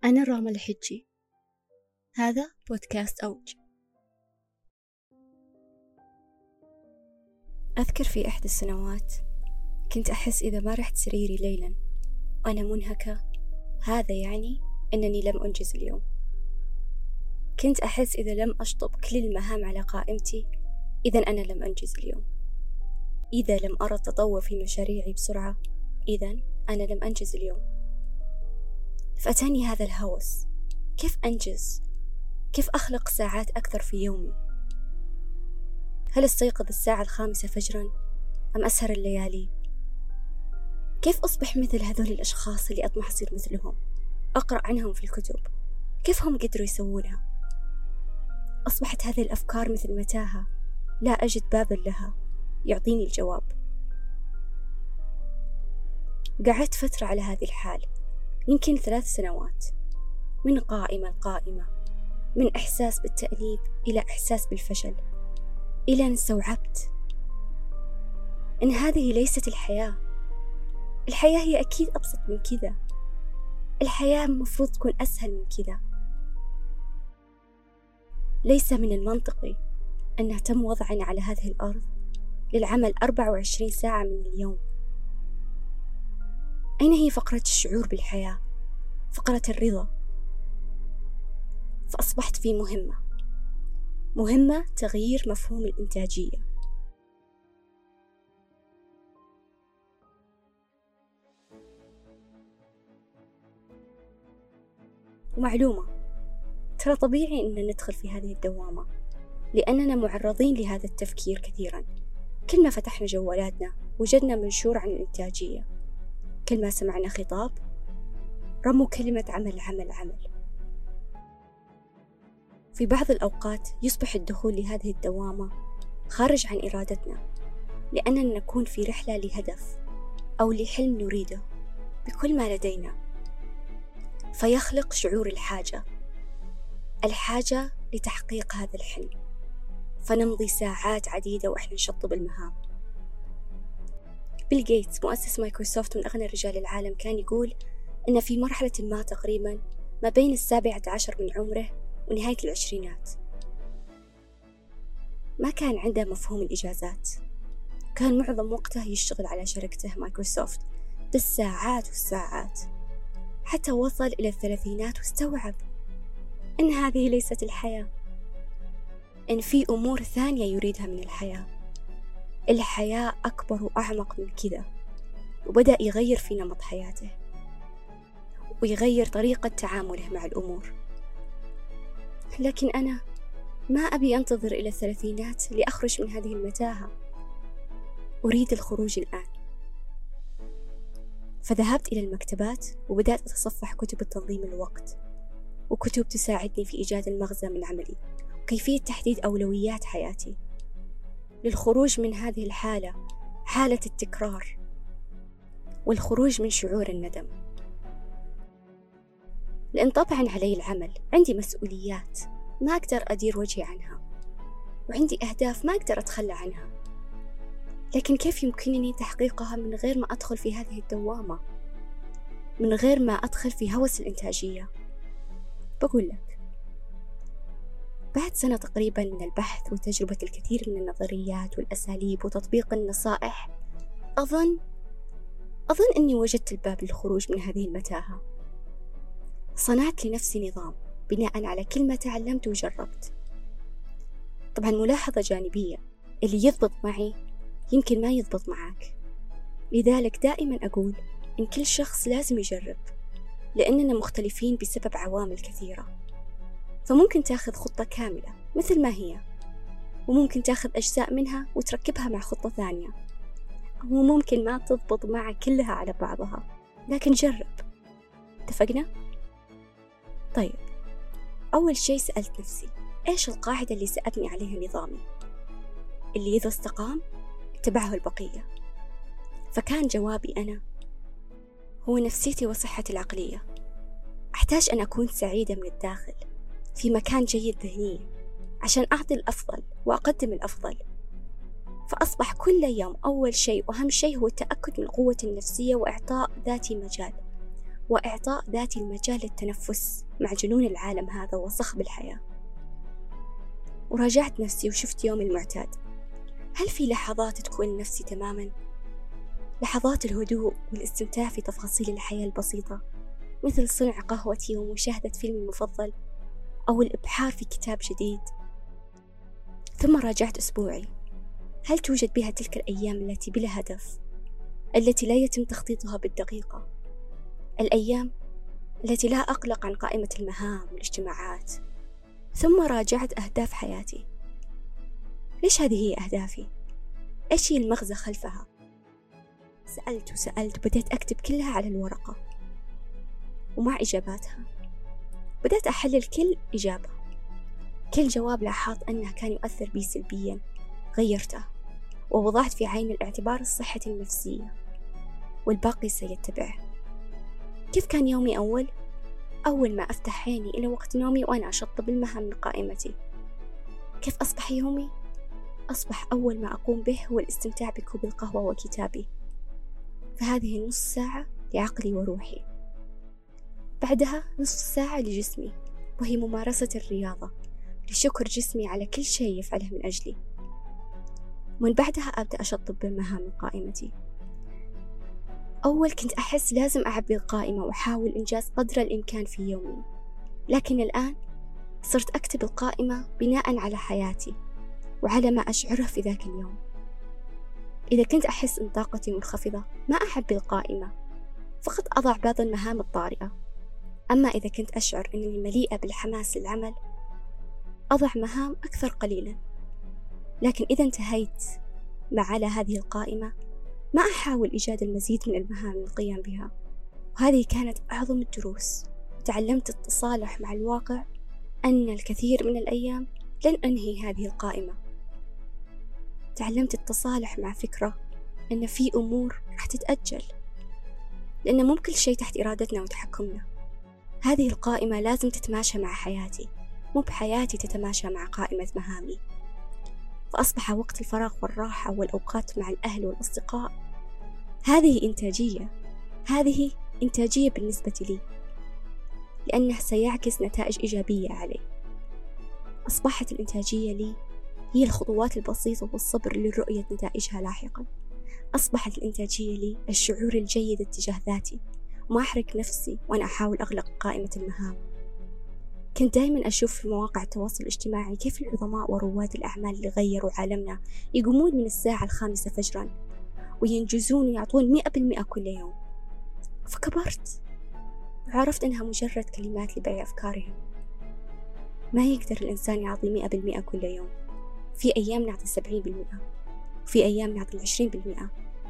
أنا راما الحجي. هذا بودكاست أوج. أذكر في إحدى السنوات كنت أحس إذا ما رحت سريري ليلا وأنا منهكة هذا يعني أنني لم أنجز اليوم. كنت أحس إذا لم أشطب كل المهام على قائمتي إذا أنا لم أنجز اليوم. إذا لم أرى التطور في مشاريعي بسرعة إذا أنا لم أنجز اليوم. فأتاني هذا الهوس، كيف أنجز؟ كيف أخلق ساعات أكثر في يومي؟ هل أستيقظ الساعة 5 فجرا أم أسهر الليالي؟ كيف أصبح مثل هذول الأشخاص اللي أطمح أصير مثلهم؟ أقرأ عنهم في الكتب، كيف هم قدروا يسوونها؟ أصبحت هذه الأفكار مثل متاهة لا أجد بابا لها يعطيني الجواب. قعدت فترة على هذه الحال، يمكن 3 سنوات، من قائمة لقائمة، من إحساس بالتأنيب إلى إحساس بالفشل، إلى أن استوعبت إن هذه ليست الحياة. الحياة هي أكيد أبسط من كذا. الحياة مفروض تكون أسهل من كذا. ليس من المنطقي أن نهتم وضعنا على هذه الأرض للعمل 24 ساعة من اليوم. أين هي فقرة الشعور بالحياة؟ فقرة الرضا؟ فأصبحت في مهمة تغيير مفهوم الإنتاجية. ومعلومة، ترى طبيعي أن ندخل في هذه الدوامة لأننا معرضين لهذا التفكير كثيرا. كل ما فتحنا جوالاتنا وجدنا منشور عن الإنتاجية، كل ما سمعنا خطاب رموا كلمة عمل عمل عمل. في بعض الأوقات يصبح الدخول لهذه الدوامة خارج عن إرادتنا، لأننا نكون في رحلة لهدف أو لحلم نريده بكل ما لدينا، فيخلق شعور الحاجة لتحقيق هذا الحلم، فنمضي ساعات عديدة وإحنا نشطب المهام. بيل غيتس مؤسس مايكروسوفت من أغنى رجال العالم كان يقول إن في مرحلة ما تقريبا ما بين 17 من عمره ونهاية 20 ما كان عنده مفهوم الإجازات. كان معظم وقته يشتغل على شركته مايكروسوفت بالساعات والساعات، حتى وصل إلى 30 واستوعب إن هذه ليست الحياة، إن في أمور ثانية يريدها من الحياة. الحياة أكبر وأعمق من كذا، وبدأ يغير في نمط حياته ويغير طريقة تعامله مع الأمور. لكن أنا ما أبي أنتظر إلى 30 لأخرج من هذه المتاهة، أريد الخروج الآن. فذهبت إلى المكتبات وبدأت أتصفح كتب تنظيم الوقت، وكتب تساعدني في إيجاد المغزى من عملي وكيفية تحديد أولويات حياتي للخروج من هذه الحالة، حالة التكرار، والخروج من شعور الندم. لأن طبعا علي العمل، عندي مسؤوليات ما أقدر أدير وجهي عنها، وعندي أهداف ما أقدر أتخلى عنها. لكن كيف يمكنني تحقيقها من غير ما أدخل في هذه الدوامة، من غير ما أدخل في هوس الإنتاجية؟ بقول لك، بعد سنة تقريبا من البحث وتجربة الكثير من النظريات والأساليب وتطبيق النصائح، أظن أني وجدت الباب للخروج من هذه المتاهة. صنعت لنفسي نظام بناء على كل ما تعلمت وجربت. طبعا ملاحظة جانبية، اللي يضبط معي يمكن ما يضبط معك، لذلك دائما أقول إن كل شخص لازم يجرب، لأننا مختلفين بسبب عوامل كثيرة. فممكن تاخذ خطة كاملة مثل ما هي، وممكن تاخذ أجزاء منها وتركبها مع خطة ثانية، وممكن ما تضبط مع كلها على بعضها، لكن جرب. اتفقنا؟ طيب، أول شيء سألت نفسي إيش القاعدة اللي سأبني عليها نظامي، اللي إذا استقام اتبعه البقية؟ فكان جوابي أنا هو نفسيتي وصحتي العقلية. أحتاج أن أكون سعيدة من الداخل، في مكان جيد ذهنيا، عشان أعطي الأفضل وأقدم الأفضل. فأصبح كل يوم أول شيء وأهم شيء هو التأكد من قوتي النفسية وإعطاء ذاتي مجال، وإعطاء ذاتي المجال للتنفس مع جنون العالم هذا وصخب الحياة. وراجعت نفسي وشفت يومي المعتاد. هل في لحظات تكون نفسي تماما؟ لحظات الهدوء والاستمتاع في تفاصيل الحياة البسيطة، مثل صنع قهوتي ومشاهدة فيلمي المفضل أو الإبحار في كتاب جديد. ثم راجعت أسبوعي. هل توجد بها تلك الأيام التي بلا هدف، التي لا يتم تخطيطها بالدقيقة، الأيام التي لا أقلق عن قائمة المهام والاجتماعات؟ ثم راجعت أهداف حياتي. ليش هذه هي أهدافي؟ إيش هي المغزى خلفها؟ سألت وبدأت أكتب كلها على الورقة، ومع إجاباتها بدأت أحلل كل إجابة. كل جواب لاحظت أنه كان يؤثر بي سلبيا، غيرته ووضعت في عين الاعتبار الصحة النفسية، والباقي سيتبع. كيف كان يومي أول ما أفتح عيني إلى وقت نومي وأنا أشطب المهام من قائمتي. كيف أصبح يومي؟ أصبح أول ما أقوم به هو الاستمتاع بكوب القهوة وكتابي، فهذه النص ساعة لعقلي وروحي. بعدها نصف ساعة لجسمي، وهي ممارسة الرياضة لشكر جسمي على كل شيء يفعله من أجلي. ومن بعدها أبدأ أشطب بالمهام من قائمتي. أول كنت أحس لازم أعبي القائمة وأحاول إنجاز قدر الإمكان في يومي، لكن الآن صرت أكتب القائمة بناء على حياتي وعلى ما أشعره في ذاك اليوم. إذا كنت أحس أن طاقتي منخفضة ما أعبي القائمة، فقط أضع بعض المهام الطارئة. أما إذا كنت أشعر أنني مليئة بالحماس للعمل أضع مهام أكثر قليلا. لكن إذا انتهيت على هذه القائمة ما أحاول إيجاد المزيد من المهام للقيام بها. وهذه كانت أعظم الدروس. تعلمت التصالح مع الواقع، أن الكثير من الأيام لن أنهي هذه القائمة. تعلمت التصالح مع فكرة أن في أمور راح تتأجل، لأن مو كل شيء تحت إرادتنا وتحكمنا. هذه القائمة لازم تتماشى مع حياتي، مو بحياتي تتماشى مع قائمة مهامي. فأصبح وقت الفراغ والراحة والأوقات مع الأهل والأصدقاء هذه إنتاجية بالنسبة لي، لأنه سيعكس نتائج إيجابية علي. أصبحت الإنتاجية لي هي الخطوات البسيطة والصبر لرؤية نتائجها لاحقا. أصبحت الإنتاجية لي الشعور الجيد اتجاه ذاتي، وما أحرق نفسي وأنا أحاول أغلق قائمة المهام. كنت دائما أشوف في مواقع التواصل الاجتماعي كيف العظماء ورواد الأعمال اللي غيروا عالمنا يقومون من 5:00 فجرا وينجزون ويعطون 100% كل يوم. فكبرت وعرفت أنها مجرد كلمات لبيع أفكارهم. ما يقدر الإنسان يعطي 100% كل يوم. في أيام نعطي 70%، وفي أيام نعطي 20%،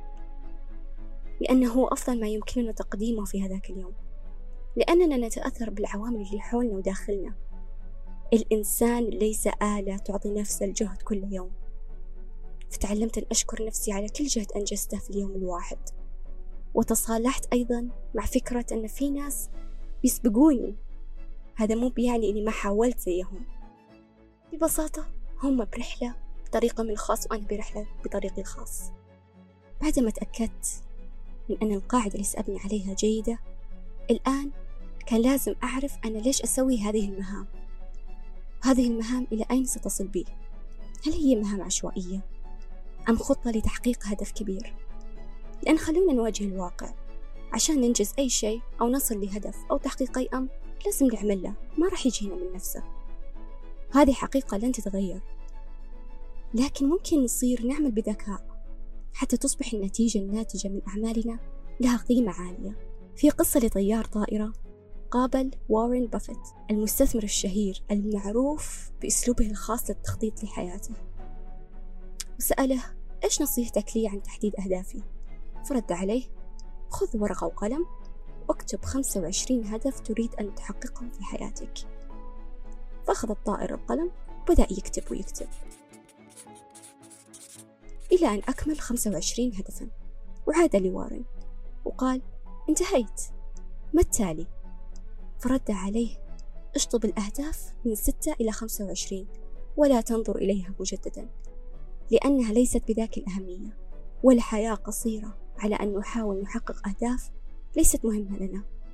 لأنه هو أفضل ما يمكننا تقديمه في هذاك اليوم، لأننا نتأثر بالعوامل اللي حولنا وداخلنا. الإنسان ليس آلة تعطي نفس الجهد كل يوم. فتعلمت أن أشكر نفسي على كل جهد أنجزته في اليوم الواحد، وتصالحت أيضا مع فكرة أن في ناس بيسبقوني. هذا مو بيعني أني ما حاولت زيهم، ببساطة هم برحلة بطريقهم الخاص وأنا برحلة بطريقي الخاص. بعدما تأكدت من أن القاعدة اللي سأبني عليها جيدة، الآن كان لازم أعرف أنا ليش أسوي هذه المهام. هذه المهام إلى أين ستصل بي؟ هل هي مهام عشوائية أم خطة لتحقيق هدف كبير؟ لأن خلونا نواجه الواقع. عشان ننجز أي شيء أو نصل لهدف أو تحقيق أي أمر لازم نعمل له، ما راح يجينا من نفسه. هذه حقيقة لن تتغير، لكن ممكن نصير نعمل بذكاء حتى تصبح النتيجة الناتجة من أعمالنا لها قيمة عالية. في قصة لطيار طائرة قابل وارين بافيت، المستثمر الشهير المعروف بأسلوبه الخاص للتخطيط لحياته، وسأله: إيش نصيحتك لي عن تحديد أهدافي؟ فرد عليه: خذ ورقة وقلم واكتب 25 هدف تريد أن تحققهم في حياتك. فأخذ الطائر القلم وبدأ يكتب إلى أن أكمل 25 هدفا، وعاد لوارن وقال: انتهيت، ما التالي؟ فرد عليه: اشطب الأهداف من 6 إلى 25 ولا تنظر إليها مجددا، لأنها ليست بذاك الأهمية، والحياة قصيرة على أن نحاول نحقق أهداف ليست مهمة لنا.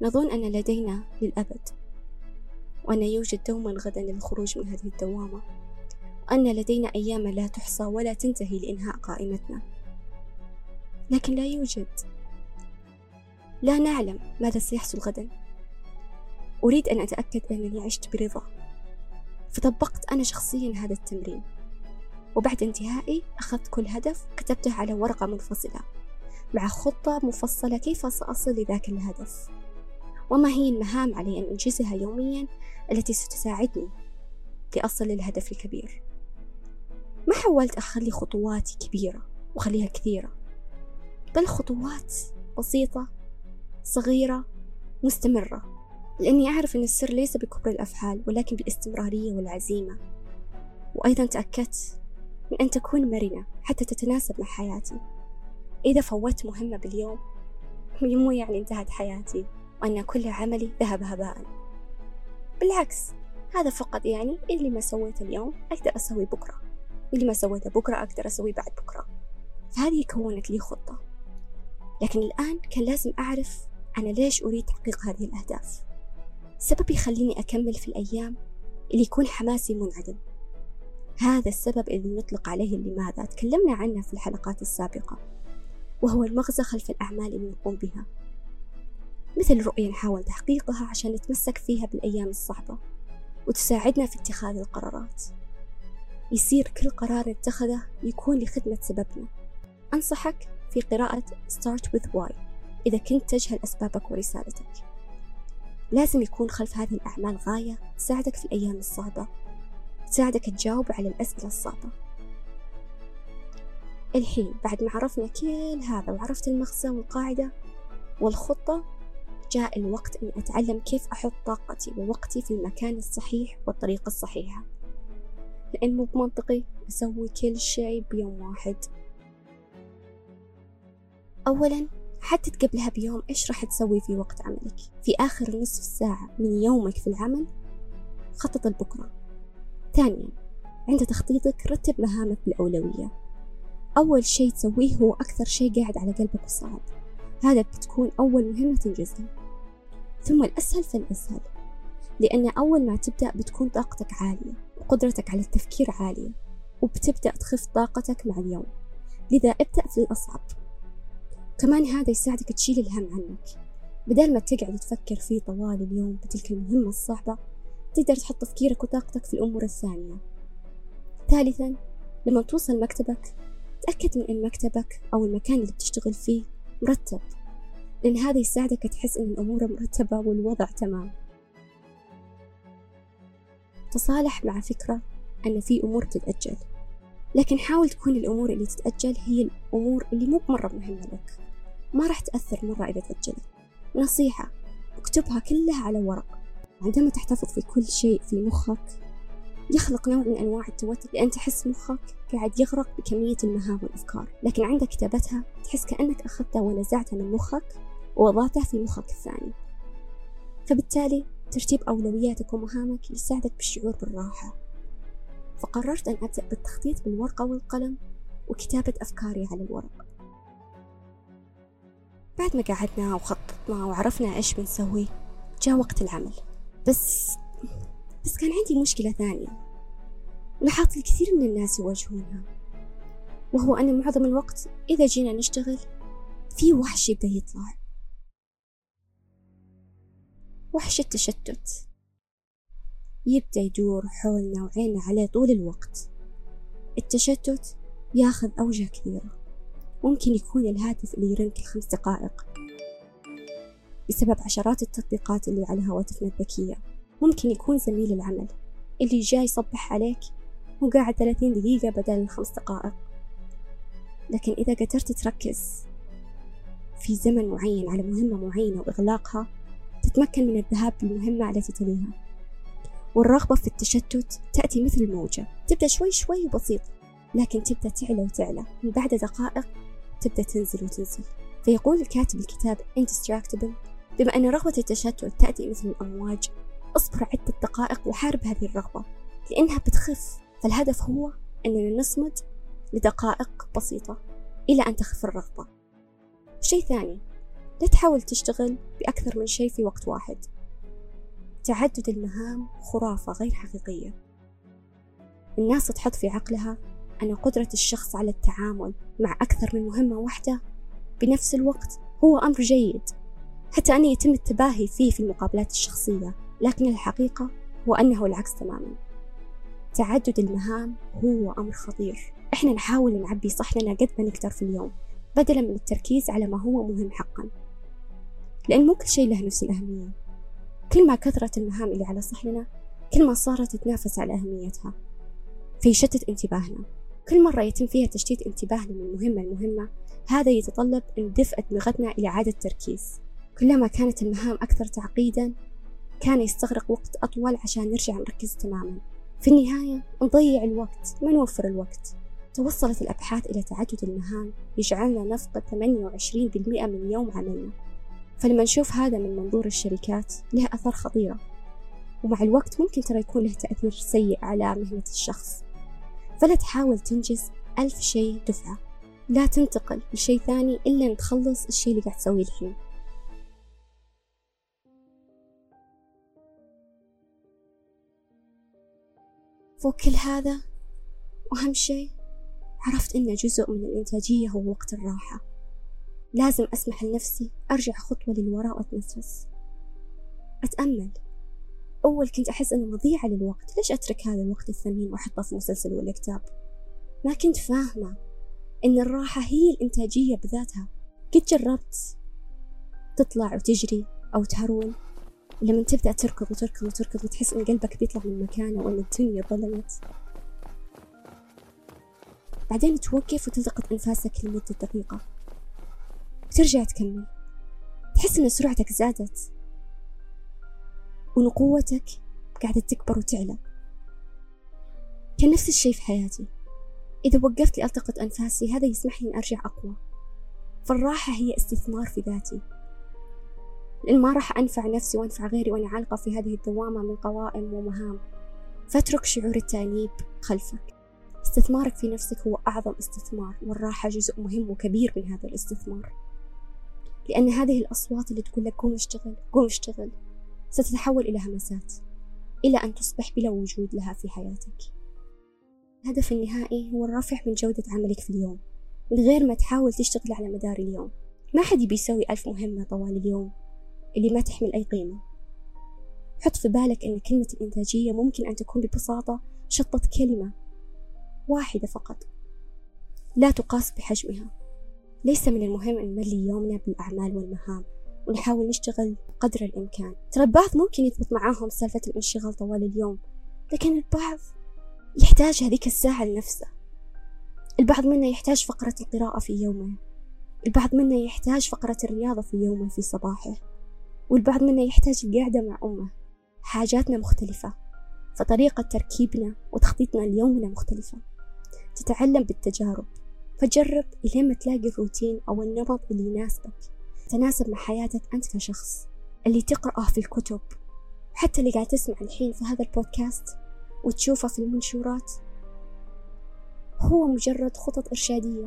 نظن أن لدينا للأبد، وأن يوجد دوما غدا للخروج من هذه الدوامة، وأن لدينا أيام لا تحصى ولا تنتهي لإنهاء قائمتنا. لكن لا يوجد، لا نعلم ماذا سيحصل غدا. أريد أن أتأكد أنني عشت برضا، فطبقت أنا شخصيا هذا التمرين، وبعد انتهائي أخذت كل هدف كتبته على ورقة منفصلة مع خطة مفصلة كيف سأصل لذاك الهدف، وما هي المهام علي أن أنجزها يوميا التي ستساعدني لأصل للهدف الكبير. ما حاولت أخلي خطواتي كبيرة وخليها كثيرة، بل خطوات بسيطة صغيرة مستمرة، لأني أعرف أن السر ليس بكبر الأفعال ولكن بالاستمرارية والعزيمة. وأيضا تأكدت من أن تكون مرنة حتى تتناسب مع حياتي. إذا فوت مهمة باليوم مو يعني انتهت حياتي وأن كل عملي ذهب هباء، بالعكس، هذا فقط يعني اللي ما سويته اليوم أقدر أسوي بكرة، واللي ما سويته بكرة أقدر أسوي بعد بكرة. فهذه كونت لي خطة. لكن الآن كان لازم أعرف أنا ليش أريد تحقيق هذه الأهداف. سبب يخليني أكمل في الأيام اللي يكون حماسي منعدم. هذا السبب اللي نطلق عليه لماذا تكلمنا عنه في الحلقات السابقة، وهو المغزى خلف الأعمال اللي نقوم بها، مثل رؤية نحاول تحقيقها عشان نتمسك فيها بالأيام الصعبة وتساعدنا في اتخاذ القرارات. يصير كل قرار نتخذه يكون لخدمة سببنا. أنصحك في قراءة Start with Why إذا كنت تجهل أسبابك ورسالتك. لازم يكون خلف هذه الأعمال غاية تساعدك في الأيام الصعبة، تساعدك تجاوب على الأسئلة الصعبة. الحين بعد ما عرفنا كل هذا وعرفت المغزى والقاعدة والخطة، جاء الوقت أن أتعلم كيف أحط طاقتي ووقتي في المكان الصحيح والطريقة الصحيحة، لأن مو بمنطقي أسوي كل شيء بيوم واحد. أولا، حدد قبلها بيوم إيش راح تسوي في وقت عملك. في آخر نصف ساعة من يومك في العمل خطط لبكرة. ثانيا، عند تخطيطك رتب مهامك بالأولوية. أول شيء تسويه هو أكثر شيء قاعد على قلبك وصعب، هذا بتكون أول مهمة تنجزها. ثم الأسهل فالأسهل، لأن أول ما تبدأ بتكون طاقتك عالية وقدرتك على التفكير عالية، وبتبدأ تخف طاقتك مع اليوم، لذا ابدأ في الأصعب. كمان هذا يساعدك تشيل الهم عنك، بدل ما تقعد تفكر فيه طوال اليوم بتلك المهمة الصعبة، تقدر تحط تفكيرك وطاقتك في الأمور الثانية. ثالثا، لما توصل مكتبك تأكد من أن مكتبك أو المكان اللي بتشتغل فيه مرتب، لأن هذا يساعدك تحس أن الأمور مرتبة والوضع تمام. تصالح مع فكرة أن في أمور تتأجل، لكن حاول تكون الأمور اللي تتأجل هي الأمور اللي مو مرة مهمة لك، ما راح تأثر مرة إذا تأجلت. نصيحة، اكتبها كلها على ورق. عندما تحتفظ في كل شيء في مخك يخلق نوع من أنواع التوتر، لأن تحس مخك قاعد يغرق بكمية المهام والأفكار، لكن عند كتابتها تحس كأنك أخذتها ونزعتها من مخك ووضعتها في مخك الثاني. فبالتالي ترتيب أولوياتك ومهامك يساعدك بالشعور بالراحة. فقررت أن أبدأ بالتخطيط بالورقة والقلم وكتابة أفكاري على الورق. بعد ما قعدنا وخططنا وعرفنا إيش بنسوي، جاء وقت العمل. بس كان عندي مشكلة ثانية لاحظت الكثير من الناس يواجهونها، وهو أن معظم الوقت إذا جينا نشتغل في وحش يبدأ يطلع، وحش التشتت، يبدأ يدور حولنا وعيننا عليه طول الوقت. التشتت ياخذ أوجه كثيرة، ممكن يكون الهاتف اللي يرن كل 5 دقائق بسبب عشرات التطبيقات اللي على هواتفنا الذكية. ممكن يكون زميل العمل اللي جاي يصبح عليك وقاعد 30 دقيقة بدل 5 دقائق. لكن إذا قدرت تركز في زمن معين على مهمة معينة وإغلاقها، تتمكن من الذهاب بالمهمة التي تليها. والرغبة في التشتت تأتي مثل الموجة، تبدأ شوي شوي بسيط، لكن تبدأ تعلى وتعلى، من بعد دقائق تبدأ تنزل وتنزل. فيقول الكاتب الكتاب Indistractable: بما أن رغبة التشتت تأتي مثل الأمواج، اصبر عدة دقائق وحارب هذه الرغبة لأنها بتخف. فالهدف هو أننا نصمد لدقائق بسيطة إلى أن تخف الرغبة. شيء ثاني، لا تحاول تشتغل بأكثر من شيء في وقت واحد. تعدد المهام خرافة غير حقيقية. الناس تحط في عقلها أن قدرة الشخص على التعامل مع أكثر من مهمة واحدة بنفس الوقت هو أمر جيد، حتى أن يتم التباهي فيه في المقابلات الشخصية، لكن الحقيقة هو أنه العكس تماما. تعدد المهام هو أمر خطير. إحنا نحاول نعبي صحننا قد ما نقدر في اليوم بدلا من التركيز على ما هو مهم حقا، لأن مو كل شيء له نفس الأهمية. كل ما كثرت المهام اللي على صحننا كل ما صارت تتنافس على أهميتها، فيشتت انتباهنا. كل مرة يتم فيها تشتيت انتباهنا من مهمة لمهمة، هذا يتطلب أن دفء أدمغتنا إلى إعادة تركيز. كلما كانت المهام أكثر تعقيدا كان يستغرق وقت أطول عشان نرجع نركز تماما. في النهاية نضيع الوقت، ما نوفر الوقت. توصلت الأبحاث إلى تعدد المهام يجعلنا نفقد 28% من يوم عملنا. فلما نشوف هذا من منظور الشركات له أثر خطيرة، ومع الوقت ممكن ترى يكون له تأثير سيء على مهنة الشخص. فلا تحاول تنجز 1000 شيء دفعة، لا تنتقل لشيء ثاني إلا أن تخلص الشيء اللي قاعد تسويه الحين. فوق كل هذا وأهم شيء عرفت إن جزء من الإنتاجية هو وقت الراحة. لازم أسمح لنفسي أرجع خطوة للوراء وأتنفس، أتأمل. أول كنت أحس أنه مضيعة للوقت، ليش أترك هذا الوقت الثمين وأحطه في مسلسل ولا كتاب؟ ما كنت فاهمة إن الراحة هي الإنتاجية بذاتها. قد جربت تطلع وتجري أو تهرول، لما تبدأ تركض وتركض وتركض وتحس إن قلبك بيطلع من مكانه وإن الدنيا ظلمت، بعدين توقف وتلتقط أنفاسك لمدة دقيقة وترجع تكمل، تحس إن سرعتك زادت وإن قوتك قاعدة تكبر وتعلى. كان نفس الشيء في حياتي، إذا وقفت لألتقط أنفاسي هذا يسمح لي أن أرجع أقوى. فالراحة هي استثمار في ذاتي، لأن ما راح أنفع نفسي وأنفع غيري وأنا عالقة في هذه الدوامة من قوائم ومهام. فاترك شعور التأنيب خلفك. استثمارك في نفسك هو أعظم استثمار، والراحة جزء مهم وكبير من هذا الاستثمار. لأن هذه الأصوات اللي تقول لك قوم اشتغل قوم اشتغل ستتحول إلى همسات، إلى أن تصبح بلا وجود لها في حياتك. الهدف النهائي هو الرفع من جودة عملك في اليوم، من غير ما تحاول تشتغل على مدار اليوم. ما حد بيسوي 1000 مهمة طوال اليوم اللي ما تحمل أي قيمة. حط في بالك أن كلمة الإنتاجية ممكن أن تكون ببساطة شطة كلمة واحدة فقط، لا تقاس بحجمها. ليس من المهم أن نملي يومنا بالأعمال والمهام ونحاول نشتغل قدر الإمكان. ترى البعض ممكن يضبط معاهم سالفة الانشغال طوال اليوم، لكن البعض يحتاج هذيك الساعة لنفسه. البعض منا يحتاج فقرة القراءة في يومه، البعض منا يحتاج فقرة الرياضة في يومه في صباحه، والبعض منا يحتاج القعدة مع أمه. حاجاتنا مختلفة، فطريقة تركيبنا وتخطيطنا ليومنا مختلفة. تتعلم بالتجارب، فجرب إلين ما تلاقي الروتين أو النمط اللي يناسبك، تناسب مع حياتك أنت كشخص. اللي تقرأه في الكتب، حتى اللي قاعد تسمع الحين في هذا البودكاست وتشوفه في المنشورات، هو مجرد خطط إرشادية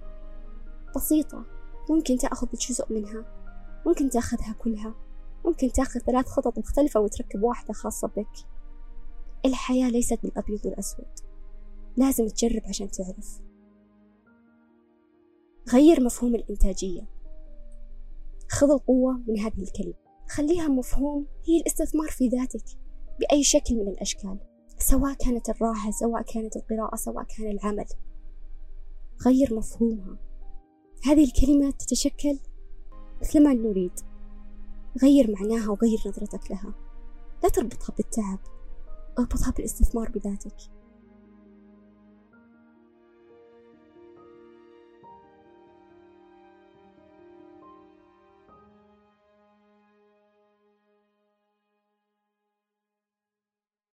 بسيطة. ممكن تأخذ جزء منها، ممكن تأخذها كلها، ممكن تأخذ 3 خطط مختلفة وتركب واحدة خاصة بك. الحياة ليست بالأبيض والأسود، لازم تجرب عشان تعرف. غير مفهوم الإنتاجية، خذ القوة من هذه الكلمة، خليها مفهوم هي الاستثمار في ذاتك بأي شكل من الأشكال، سواء كانت الراحة، سواء كانت القراءة، سواء كان العمل. غير مفهومها. هذه الكلمة تتشكل مثل ما نريد. غير معناها وغير نظرتك لها. لا تربطها بالتعب، اربطها بالاستثمار بذاتك.